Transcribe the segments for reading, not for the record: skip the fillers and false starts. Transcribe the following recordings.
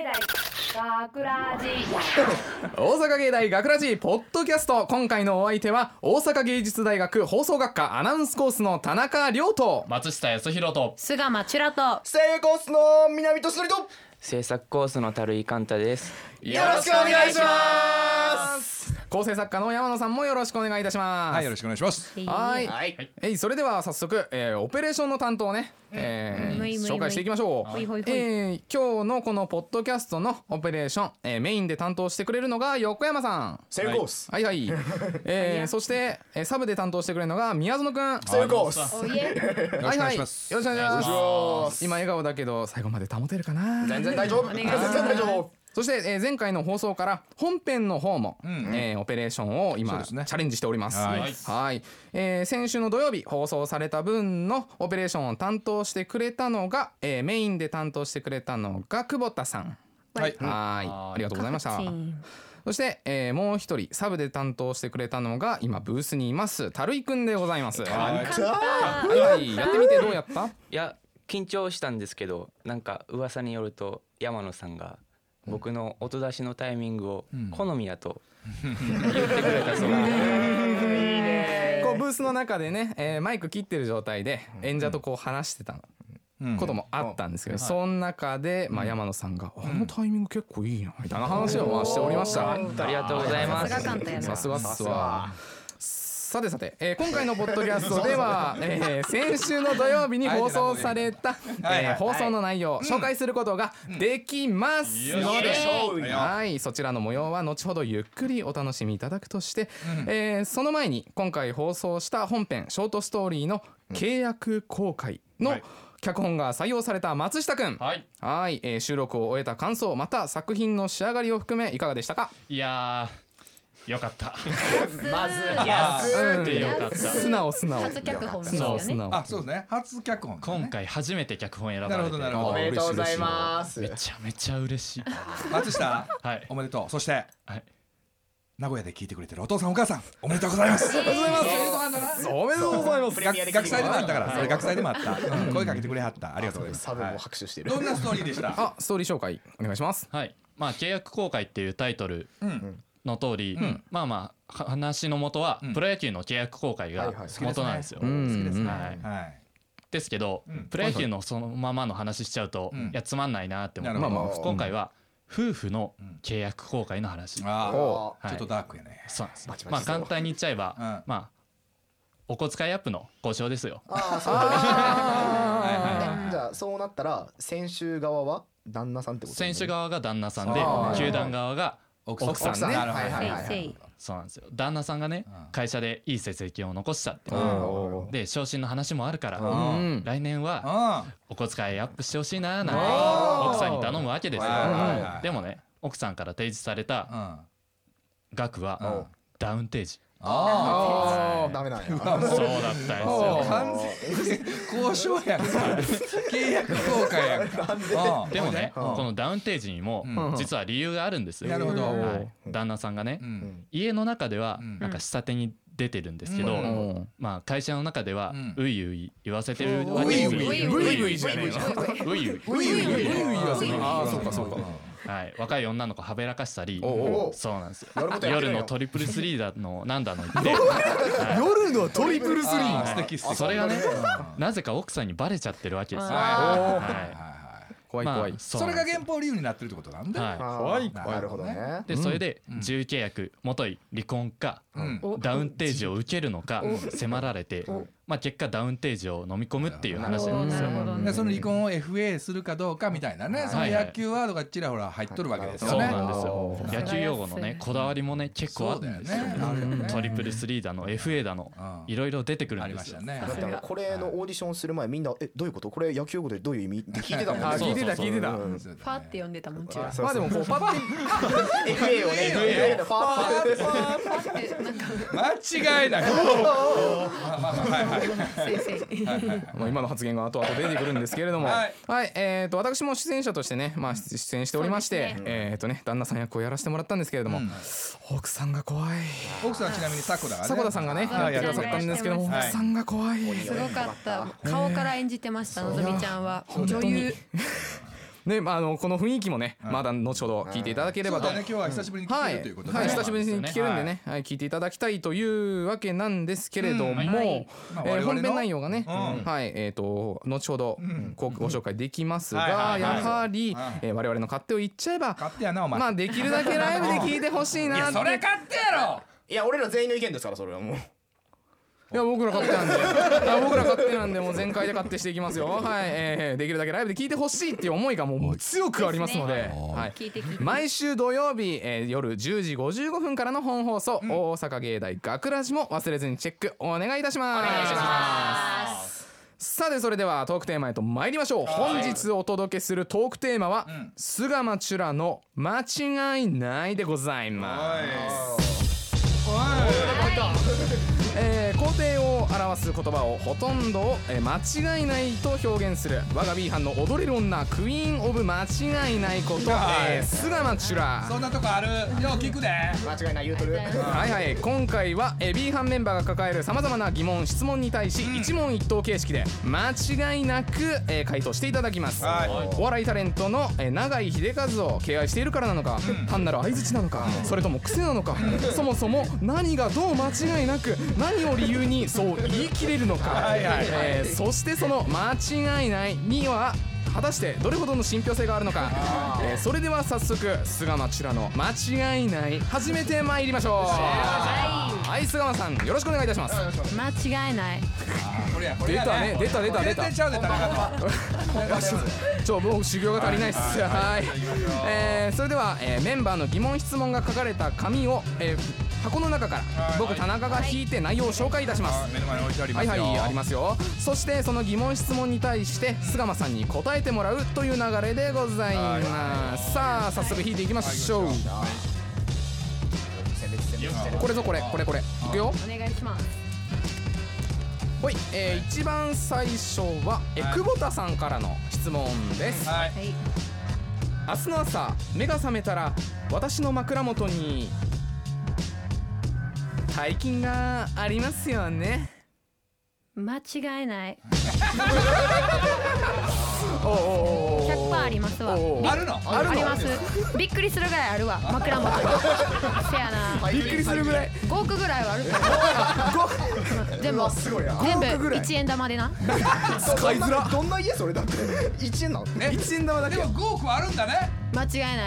学ラジ大阪芸大学ラジポッドキャスト、今回のお相手は大阪芸術大学放送学科アナウンスコースの田中亮と松下康弘と菅間チュラと声優コースの南俊則と制作コースの樽井寛太です。 よろしくお願いします。 構成作家の山野さんもよろしくお願いいたします。 はい、よろしくお願いします。 はいそれでは早速、オペレーションの担当をね、紹介していきましょう。今日のこのポッドキャストのオペレーション、メインで担当してくれるのが横山さん。 声優コース。 はいはい、そして、サブで担当してくれるのが宮園くん。 声優コース。 はいはい、よろしくお願いします。今笑顔だけど最後まで保てるかな。 全然大丈夫。全然大丈夫。 そして、前回の放送から本編の方も、オペレーションを今、チャレンジしております。はい、先週の土曜日放送された分のオペレーションを担当してくれたのが、メインで担当してくれたのが久保田さん。はい、ありがとうございました。そして、もう一人サブで担当してくれたのが今ブースにいます樽井くんでございます。はいやってみてどうやった？ いや緊張したんですけど、なんか噂によると山野さんが僕の音出しのタイミングを好みやと言ってくれたそうで、 こうブースの中でね、マイク切ってる状態で演者とこう話してたこともあったんですけど、その中で、山野さんがあのタイミング結構いいなみたいな話をしておりました。 ありがとうございます。 さすがっすわ。さて、今回のポッドキャストでは、先週の土曜日に放送された、放送の内容を紹介することができますので、はいそちらの模様は後ほどゆっくりお楽しみいただくとして、その前に今回放送した本編ショートストーリーの契約公開の脚本が採用された松下くん、収録を終えた感想また作品の仕上がりを含めいかがでしたか？ いやーよかったまず安でよかった。 素直初脚本ですよね。 あ、そうですね。初脚本。 今回初めて脚本選ばれて。 なるほどなるほど。 おめでとうございます。 めちゃめちゃ嬉しい。 松下、おめでとう。そして名古屋で聞いてくれてるお父さんお母さんおめでとうございます。 おめでとうございます。おめでとうございます。 学祭でもあったから、それ学祭でもあった。声かけてくれはった。ありがとうございます。 サブも拍手してる。 どんなストーリーでした？ ストーリー紹介お願いします。 はい。契約公開っていうタイトルの通り、話の元はプロ野球の契約公開が元なんですよ。ですけどプロ野球のそのままの話しちゃうといやつまんないなって思って今回は夫婦の契約公開の話。 ちょっとダークやね。 そうなんです。簡単に言っちゃえばお小遣いアップの交渉ですよ。 じゃあそうなったら選手側は旦那さんってこと？ 選手側が旦那さんで球団側が奥さんね。そうなんですよ。旦那さんがね会社でいい成績を残したってで昇進の話もあるから来年はお小遣いアップしてほしいななんて奥さんに頼むわけですよ。でもね奥さんから提示された額はダウン提示。 ダメなんや。 そうだったんですよ。 完全交渉やんか。契約公開やんか。 でもねこのダウン提示にも実は理由があるんですよ。 なるほど。 旦那さんがね家の中ではなんか下手に出てるんですけど会社の中ではういうい言わせてるわけですよ。 ういういじゃねえか。 ういういそうか。 若い女の子はべらかしたり、そうなんですよ。夜のトリプルスリーだのなんだの言って夜のトリプルスリーそれがねなぜか奥さんにバレちゃってるわけですよ。 怖い。 それが原法理由になってるってことなんで。 怖い。 なるほどね。 でそれで自由契約もとい離婚かダウン提示を受けるのか迫られて結果ダウン提示を飲み込むっていう話なんですよ。 その離婚を FA するかどうかみたいなね、その野球ワードがちらほら入っとるわけですよね。 そうなんですよ。野球用語のねこだわりもね結構あるんですよ。トリプルスリーだの FA だのいろいろ出てくるんですよ。 だってこれのオーディションする前みんなどういうこと？これ野球用語でどういう意味って聞いてたもんね。 聞いてた。 ファって呼んでたもん。 でもこうパッて FA をねファ間違いない。 今の発言が後々出てくるんですけれども、私も出演者としてね、出演しておりまして、旦那さん役をやらせてもらったんですけれども、奥さんが怖い。 奥さんはちなみに迫田さんがねやってくださったんですけども、奥さんが怖い。 すごかった。顔から演じてました。のぞみちゃんは女優。 ね、この雰囲気もね、まだ後ほど聞いていただければと。 今日は久しぶりに聞けるということで、 久しぶりに聞けるんでね、聞いていただきたいというわけなんですけれども、本編内容がね、後ほどご紹介できますが、やはり我々の勝手を言っちゃえば、まあできるだけライブで聞いてほしいなって。 それ勝手やろ。 いや俺ら全員の意見ですから、それはもう。 いや僕ら勝手なんで僕ら勝手なんでもう全開で勝手していきますよ。はい、できるだけライブで聞いてほしいっていう思いがもう強くありますので、はい、毎週土曜日、夜10時55分からの本放送、大阪芸大学ラジも忘れずにチェックお願いいたします。お願いします。さてそれではトークテーマへと参りましょう。本日お届けするトークテーマは、菅間チュラの間違いないでございます。肯定を表す言葉をほとんどを間違いないと表現する我が B 班の踊れる女クイーンオブ間違いないこと、菅間チュラ。 そんなとこあるよう聞くで。 間違いない言うとる。 はいはい、今回は B 班メンバーが抱えるさまざまな疑問質問に対し、一問一答形式で間違いなく回答していただきます。お笑いタレントの永井秀和を敬愛しているからなのか、単なる相槌なのか、それとも癖なのか、そもそも何がどう間違いなく何を理由にそう言い切れるのか、そしてその間違いないには果たしてどれほどの信憑性があるのか、それでは早速菅間チュラの間違いない始めてまいりましょう。はい、菅間さんよろしくお願いいたします。 間違いない。 出たね、出たもう修行が足りないっす。はい、それでは、メンバーの疑問質問が書かれた紙を、箱の中から僕田中が引いて内容を紹介いたします。 目の前に置いてありますよ。 はいはい、ありますよ。そしてその疑問質問に対して菅間さんに答えてもらうという流れでございます。さあ早速引いていきましょう。これぞこれいくよ。 お願いします。 ほい、一番最初は久保田さんからの質問です。 はい。 明日の朝目が覚めたら私の枕元に大金がありますよね。 間違いない。 100% ありますわ。 あるの？ あります。びっくりするぐらいあるわ。枕元に。せやな。 びっくりするぐらい。 5億ぐらいはあると思う。全部1円玉でな。 使いづら。 どんな家それだって1円なの ？1円玉だけ。 でも5億はあるんだね。 間違いない。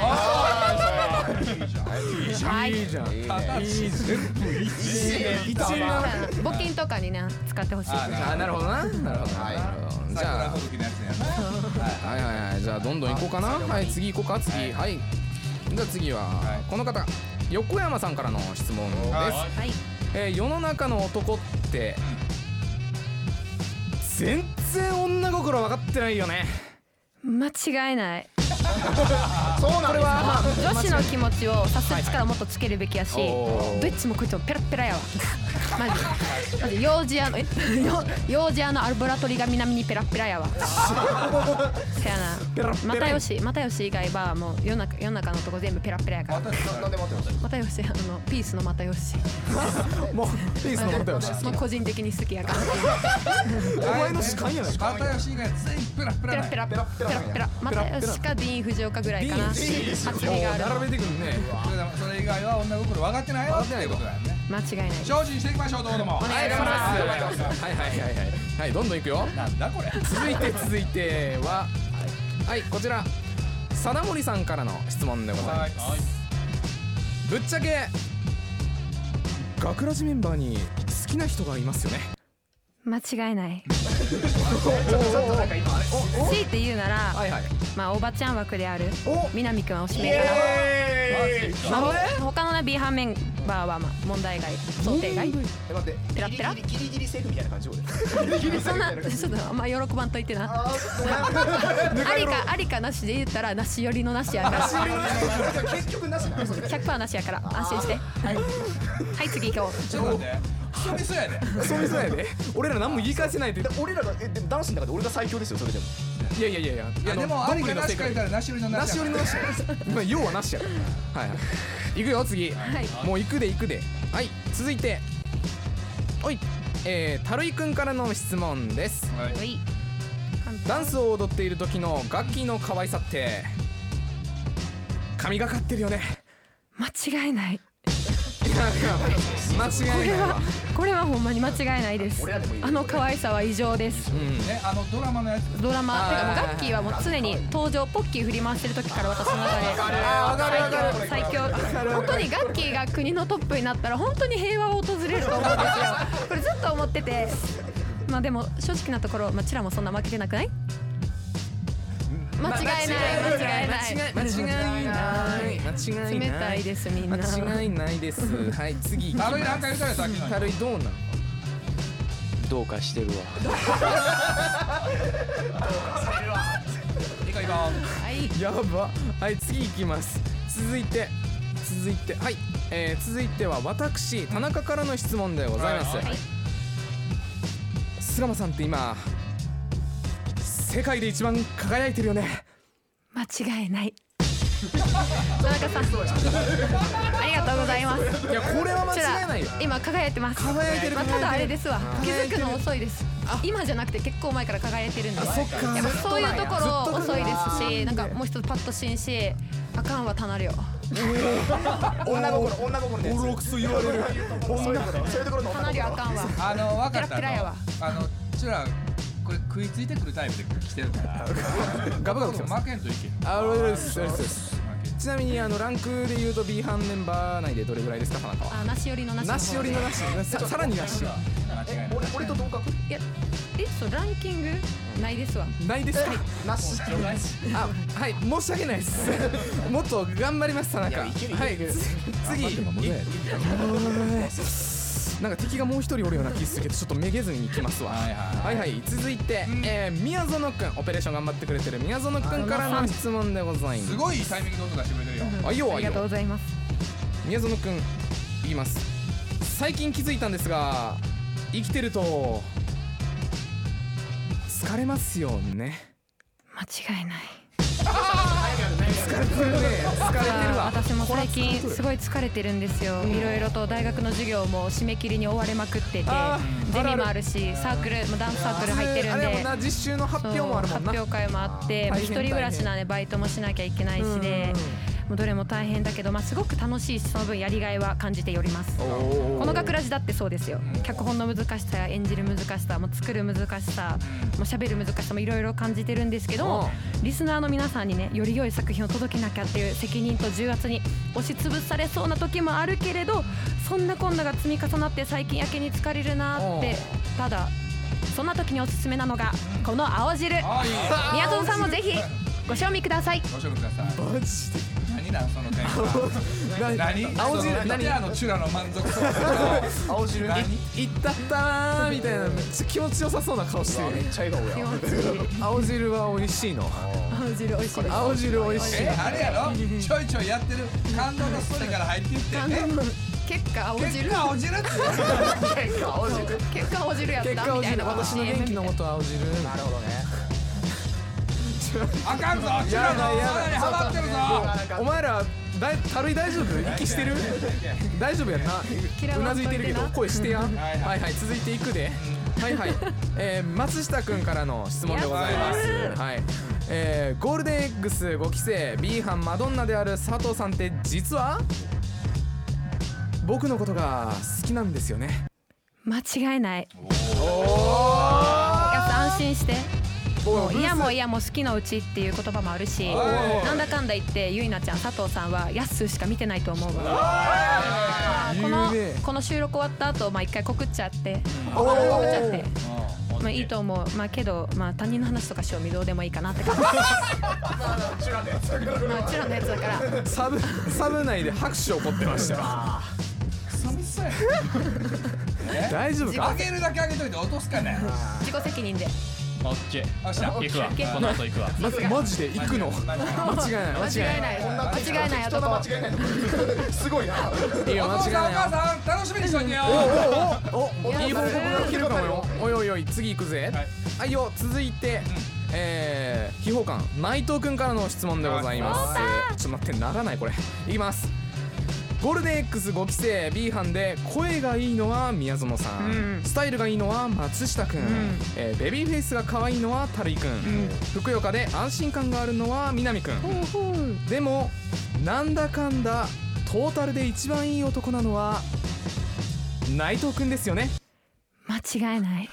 いいじゃん。 募金とかにね使ってほしい。 あ、なるほどな。じゃあじゃあどんどん行こうかな。はい、次行こうか。次、はい。じゃあ次はこの方、横山さんからの質問です。世の中の男って全然女心分かってないよね。 間違いない。 そうなんですか。 女子の気持ちを察する力をもっとつけるべきやし、どっちもこいつもペラペラやわ。マジ幼児屋のアルボラトリが南にペラペラやわ。せやな。又吉以外はもう世の中のとこ全部ペラペラやから。 なんで又吉ピースの又吉。 もうピースの又吉。 もう個人的に好きやから。 お前の主観やないか。 又吉以外全員ペラペラ。 ペラ又吉かディーン・フジオカぐらいかな。初見がある。 並べてくるね。 それ以外は女心分かってないよっていうことだよね。 間違いない。 精進していきましょう。どうもお願いします。 はい、どんどんいくよ。 なんだこれ。 続いてははいこちら貞森さんからの質問でございます。ぶっちゃけ学ラジメンバーに好きな人がいますよね。 間違いない。強いて言うなら、まあおばちゃん枠である南くんはおしめから。他のね B 班メンバーは問題外、想定外。 待ってペラペラ。 ギリギリセーフみたいな感じ。 そんなちょっとあんま喜ばんといてな。ありかなしで言ったらなし寄りのなしやから。 結局なしなの。 100% なしやから安心して。はい次行こう。 ちょっと待って。クソみそやで。 そうやで。俺ら何も言い返せないって。 俺らがでも男子の中で俺が最強ですよそれでも。 いやでもありかなしか言ったらなし寄りのなし。 まあ要はなしや。はい行くよ次。もう行くで。はい、続いてたるいくんからの質問です。 ダンスを踊っている時のガッキーの可愛さって神がかってるよね。 間違いない。 間違いないわ。 これはほんまに間違いないです。あの可愛さは異常です。 ドラマのやつ。 ドラマてかもうガッキーはもう常に登場ポッキー振り回してる時から私の中で最強。本当にガッキーが国のトップになったら本当に平和を訪れると思うんですよ。これずっと思ってて、まあでも正直なところチラもそんな負けてなくない？間違いない冷たいですみんな。 間違いないです。はい次。 軽いなんか言うたらさっきの。 軽いどうなん？ どうかしてるわ。 いいかやば。はい次行きます。続いてはい、続いては私田中からの質問でございます。菅間さんって今世界で一番輝いてるよね。 間違いない。田中さんありがとうございます。 いやこれは間違いないよ。 今輝いてます。 輝いてる。 ただあれですわ、気づくの遅いです。今じゃなくて結構前から輝いてるんで、やっぱそういうところ遅いですし、なんかもう一つパッとしんし、あかんわたなるよ。 女心です。 ボロクソ言われる。 そういうところのたなりあかんわ。 分かった。 ペラペラやわ。 ちらこれ食いついてくるタイプで来てるからガブガブ来てます。 負けんといけん。 ちなみにランクで言うと B 班メンバー内でどれぐらいですか田中は？ なし寄りのなし。 なし寄りのなし。さらになし。 俺と同格？ いやそうランキングないですわ。 ないですか？ なし。 はい申し訳ないです。もっと頑張ります田中。はい次。なんか敵がもう一人おるような気するけどちょっとめげずに行きますわ。はい続いて宮園くん、オペレーション頑張ってくれてる宮園くんからの質問でございます。 すごいタイミングで音出してくれてるよ。 ありがとうございます。 宮園くん言います。最近気づいたんですが生きてると疲れますよね。 間違いない。 疲れてるね。疲れてるわ。 私も最近すごい疲れてるんですよ。いろいろと大学の授業も締め切りに追われまくってて、ゼミもあるしサークルダンスサークル入ってるんで、 あれもな実習の発表もあるもんな。 発表会もあって一人暮らしなんでバイトもしなきゃいけないしで、もうどれも大変だけど、すごく楽しいしその分やりがいは感じております。この学ラジだってそうですよ。脚本の難しさや演じる難しさ、もう作る難しさ、もう喋る難しさもいろいろ感じてるんですけど、リスナーの皆さんにねより良い作品を届けなきゃっていう責任と重圧に押しつぶされそうな時もあるけれど、そんなこんなが積み重なって最近やけに疲れるなって。ただそんな時におすすめなのがこの青汁。宮園さんもぜひご賞味ください。 ご賞味ください。 マジで何なんそのテンション。何？青汁何？チュラの満足そう。 青汁いったったーみたいなめっちゃ気持ちよさそうな顔してる。 めっちゃ笑顔や。 青汁は美味しいの。 青汁美味しい。 青汁美味しい。 あれやろ？ちょいちょいやってる感動のストーリーから入っていってね。 結果青汁。 結果青汁って。 結果青汁やったみたいな。 私の元気のもと青汁。 なるほどね。 あかんぞ。チュラの罠にハマってるぞ。 お前ら軽い大丈夫？息してる？大丈夫やんな。うなずいてるけど声してや。はい続いていくで。松下くんからの質問でございます。ゴールデン X5 期生 B 班マドンナである佐藤さんって実は僕のことが好きなんですよね。 間違いない。安心して。もう嫌も嫌も好きのうちっていう言葉もあるし、なんだかんだ言ってゆいなちゃん佐藤さんはやっすーしか見てないと思うわ。この収録終わった後一回告っちゃっていいと思う。けど他人の話とかしようみどうでもいいかなって感じ。チュラのやつだからサブ内で拍手起こってましたよ。大丈夫か？ あげるだけあげといて落とすかね。 自己責任で。 オッケー。行くわ。この後行くわ。 マジで行くの？間違いない。 すごいな。 いいよ間違いない。 お母さん楽しみにしといてよ。 いい報告が来るかもよ。おい次行くぜ。はいよ続いて秘宝館内藤くんからの質問でございます。ちょっと待ってならないこれ。いきます。 ゴールデン X5 期生 B 班で声がいいのは宮園さん、スタイルがいいのは松下くん、ベビーフェイスが可愛いのはタルイくん、ふくよかで安心感があるのは南くん、でもなんだかんだトータルで一番いい男なのは内藤くんですよね。 間違いない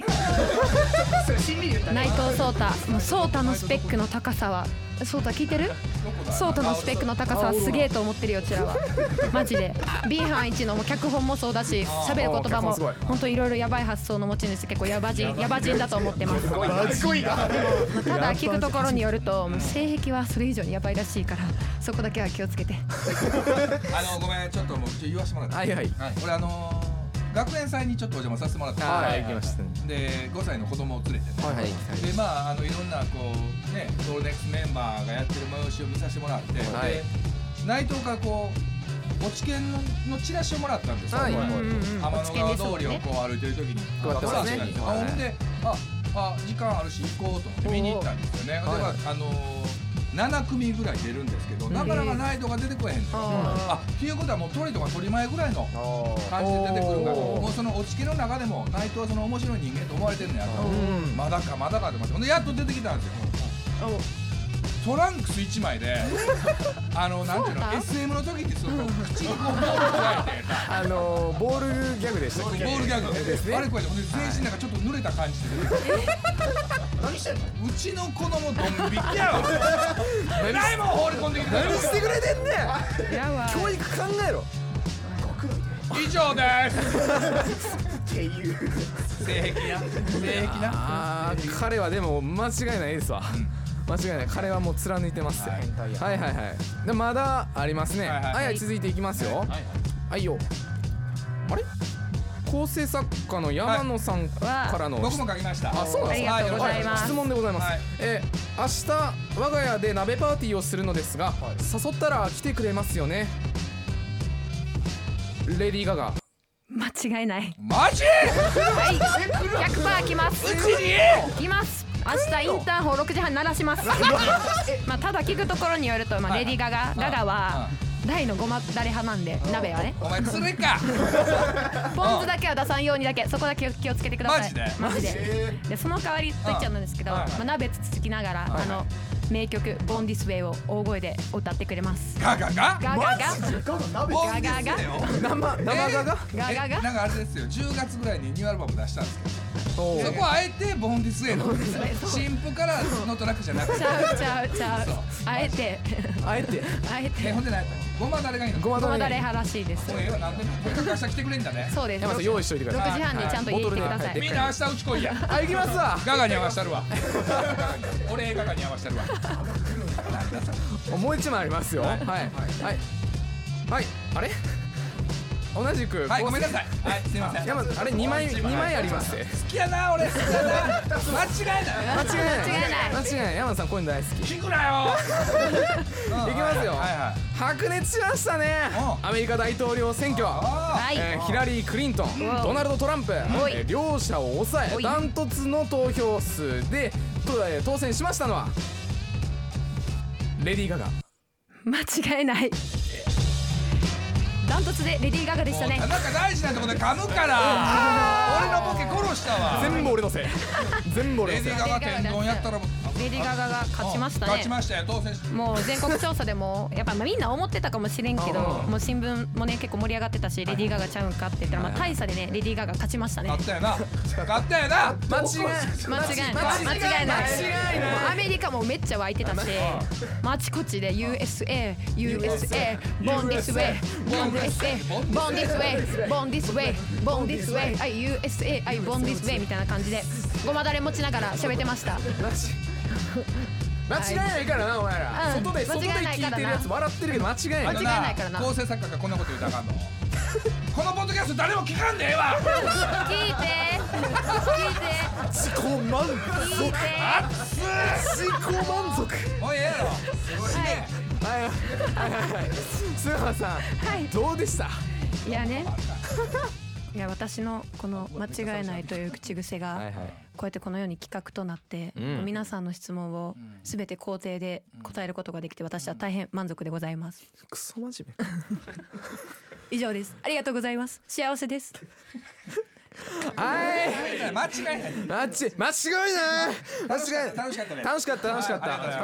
内藤壮太、もう壮太のスペックの高さは、壮太聞いてる？壮太のスペックの高さはすげえと思ってるよ、うちらは。マジで B 班一のもう脚本もそうだし、喋る言葉も本当いろいろやばい発想の持ち主、結構ヤバ人だと思ってます。ただ聞くところによると性癖はそれ以上にやばいらしいから、そこだけは気をつけて。 ごめん、ちょっともう言わせてもらって。はいはい。俺学園祭にちょっとお邪魔させてもらって、 行きましたね。 で5歳の子供を連れてね、でまあいろんなこうねゴールデン X メンバーがやってる催しを見させてもらって、で内藤からこう落ち券のチラシをもらったんですよ。天の川通りをこう歩いてる時に配ってますね。ほんで時間あるし行こうと思って見に行ったんですよね。7組ぐらい出るんですけど、なかなか内藤が出てこへんと。っていうことはもう鳥とか鳥前ぐらいの感じで出てくるんだけど、もうその落ち家の中でも内藤はその面白い人間と思われてるのやと、まだかまだかと思って、ほんでやっと出てきたんですよ。トランクス1枚でなんていうの SM の時にその口にこうボールを加えてボールギャグでしたっけ？ ボールギャグですね。あれこれで全身なんかちょっと濡れた感じで何してんの？うちの子供ドン引きやわ。ないもん放り込んできて何してくれてんねん。教育考えろ。 以上ですっていう性癖な。 彼はでも間違いないですわ。間違いない、彼はもう貫いてますよ。はいはいはい。でまだありますね。はい続いていきますよ。はいよ。あれ？構成作家の山野さんからの僕も書きました。 そうです。 ありがとうございます。 質問でございます。明日我が家で鍋パーティーをするのですが、誘ったら来てくれますよね？レディー・ガガ。 間違いない。 マジ？ はい、100% 来ます。 うちに来ます。明日インターホン6時半に鳴らします。ただ聞くところによると、レディー・ガガは大のごまだれ派なんで、鍋はね。 お前釣れか。 ポン酢だけは出さんようにだけ、そこだけ気をつけてください。 マジで。でその代わりと言っちゃうんですけど、鍋つつきながら名曲ボンディスウェイを大声で歌ってくれます。 ガガガ？ ガガガ？ガガガ？ 生ガガ？ ガガガ？ なんかあれですよ、10月ぐらいにニューアルバム出したんですけど、そこはあえてボンディスウェイの新譜からのトラックじゃなくて、 ちゃうあえてほんで何やったの？ごまだれがいいの？ ごまだれ派らしいです。 もうなんでも明日来てくれんだね。 そうです。 山さん用意しといてください。 6時半にちゃんと家行ってください。 みんな明日うち来いや。 行きますわ。 ガガに合わしたるわ。俺ガガに合わしたるわ。 もう一枚ありますよ。はいあれ同じくはいごめんなさい。はいすみません。 あれ2枚ありますね。 好きやな俺。好きやな。間違いない山田さんこういうの大好き。 聞くなよ。 いきますよ。白熱しましたね。アメリカ大統領選挙、ヒラリー・クリントン、ドナルド・トランプ、両者を抑えダントツの投票数で当選しましたのはレディー・ガガ。 間違いない。ダントツでレディー・ガガでしたね。 なんか大事なところで噛むから俺のボケ殺したわ。 全部俺のせい。 レディー・ガガ天丼やったらレディー・ガガが勝ちましたね。 勝ちましたよ、当選しもう全国調査でもやっぱみんな思ってたかもしれんけど、もう新聞もね結構盛り上がってたし、レディー・ガガちゃうんかって言ったら大差でねレディー・ガガ勝ちましたね。 勝ったよな。勝ったよな。 間違いない。アメリカもめっちゃ湧いてたし、あちこちで USA ボンディスウェイボンディスウェイボンディスウェイボンディスウェイボンディスウェイはい USA はいボンディスウェイみたいな感じでごまだれ持ちながら喋ってました。 間違いないからなお前ら。外で聞いてるやつ笑ってるけど間違いないからな。 構成作家がこんなこと言うたらあかんの。このポッドキャスト誰も聞かんでええわ。 聞いて自己満足。自己満足。 もうええやろ。 はい須山さんどうでした？ いやねいや私のこの間違いないという口癖がこうやってこのように企画となって皆さんの質問を全て肯定で答えることができて私は大変満足でございます。 クソ真面目。 以上です。ありがとうございます。幸せです。 はい間違いない間違いない楽しかったね楽しかったよなさ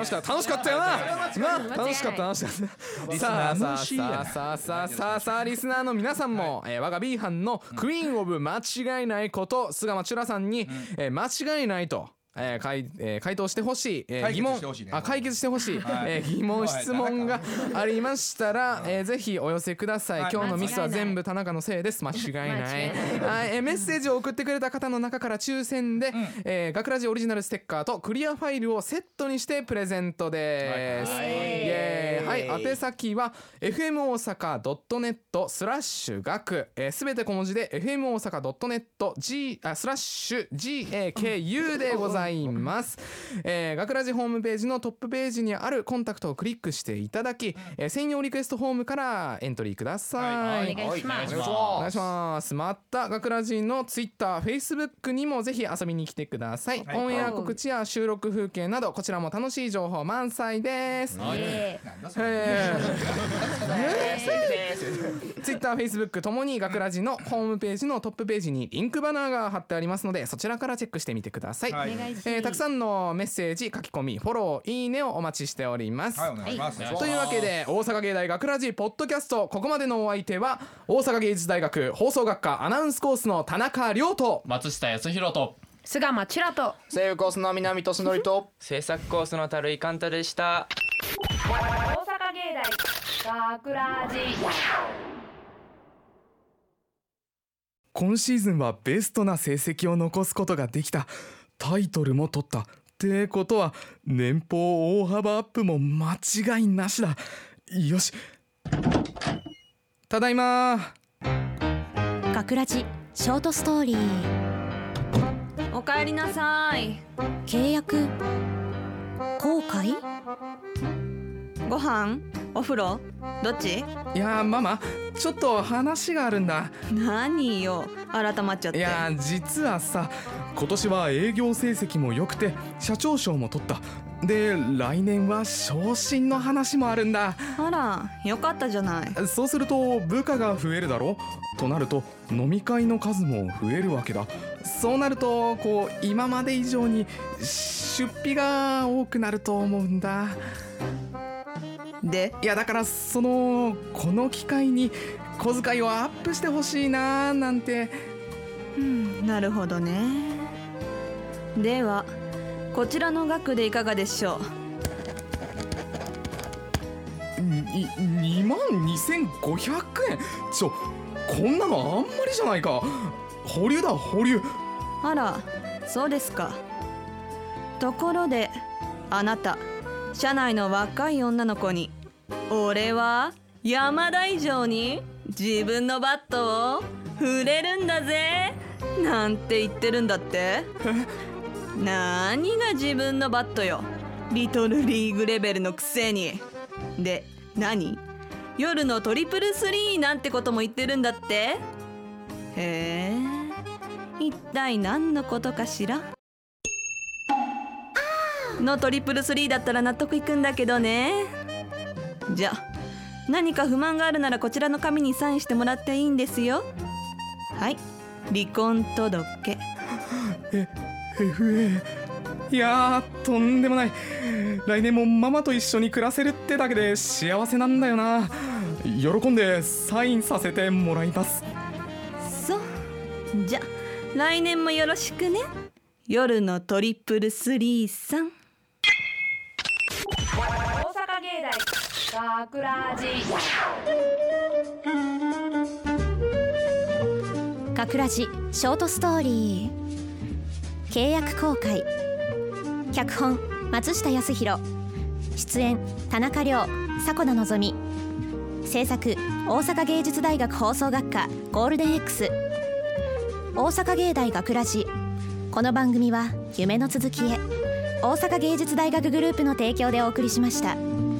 あリスナーの皆さんも我が B 班のクイーンオブ間違いないこと菅間チュラさんに間違いないと回答してほしい疑問解決してほしい疑問質問がありましたらぜひお寄せください。今日のミスは全部田中のせいです。間違いないメッセージを送ってくれた方の中から抽選で学ラジオリジナルステッカーとクリアファイルをセットにしてプレゼントです。宛先は fm 大阪 .net/学すべて小文字で fm 大阪 .net/GAKU でございます。学ラジホームページのトップページにあるコンタクトをクリックしていただき専用リクエストフォームからエントリーください。 お願いします。 お願いします。また学ラジのツイッター、フェイスブックにもぜひ遊びに来てください。オンエア告知や収録風景などこちらも楽しい情報満載です。ツイッター、フェイスブックともに学ラジのホームページのトップページにリンクバナーが貼ってありますのでそちらからチェックしてみてください。たくさんのメッセージ、書き込み、フォロー、いいねをお待ちしております。 お願いします。 というわけで大阪芸大学ラジポッドキャスト、ここまでのお相手は大阪芸術大学放送学科アナウンスコースの田中亮と松下康弘と菅間チュラと声優コースの南俊則と制作コースの樽井寛太でした。 大阪芸大学ラジ。 今シーズンはベストな成績を残すことができた、タイトルも取ったってことは年俸大幅アップも間違いなしだ。よし、ただいま。 学ラジショートストーリー。 おかえりなさい。 契約後悔。 ご飯お風呂どっち？ いやママ、ちょっと話があるんだ。 何よ改まっちゃって。 いや実はさ、今年は営業成績も良くて社長賞も取った。で来年は昇進の話もあるんだ。 あらよかったじゃない。 そうすると部下が増えるだろ。となると飲み会の数も増えるわけだ。そうなるとこう今まで以上に出費が多くなると思うんだ。 で、 いやだからこの機会に小遣いをアップしてほしいななんて。 なるほどね。ではこちらの額でいかがでしょう。 22,500円。こんなのあんまりじゃないか。保留だ保留。 あらそうですか。ところであなた社内の若い女の子に俺は山田以上に自分のバットを振れるんだぜなんて言ってるんだって。何が自分のバットよ、リトルリーグレベルのくせに。で何、夜のトリプルスリーなんてことも言ってるんだって。へえ、一体何のことかしら。のトリプルスリーだったら納得いくんだけどね。じゃあ何か不満があるならこちらの紙にサインしてもらっていいんですよ。はい、離婚届。 FA。 いやとんでもない。来年もママと一緒に暮らせるってだけで幸せなんだよな。喜んでサインさせてもらいます。 そう、じゃあ来年もよろしくね。夜のトリプルスリーさん。 大阪芸大学ラジ。 学ラジショートストーリー。契約更改。脚本松下康弘。出演田中亮、迫田望。制作大阪芸術大学放送学科ゴールデン X。 大阪芸大学ラジ。この番組は夢の続きへ大阪芸術大学グループの提供でお送りしました。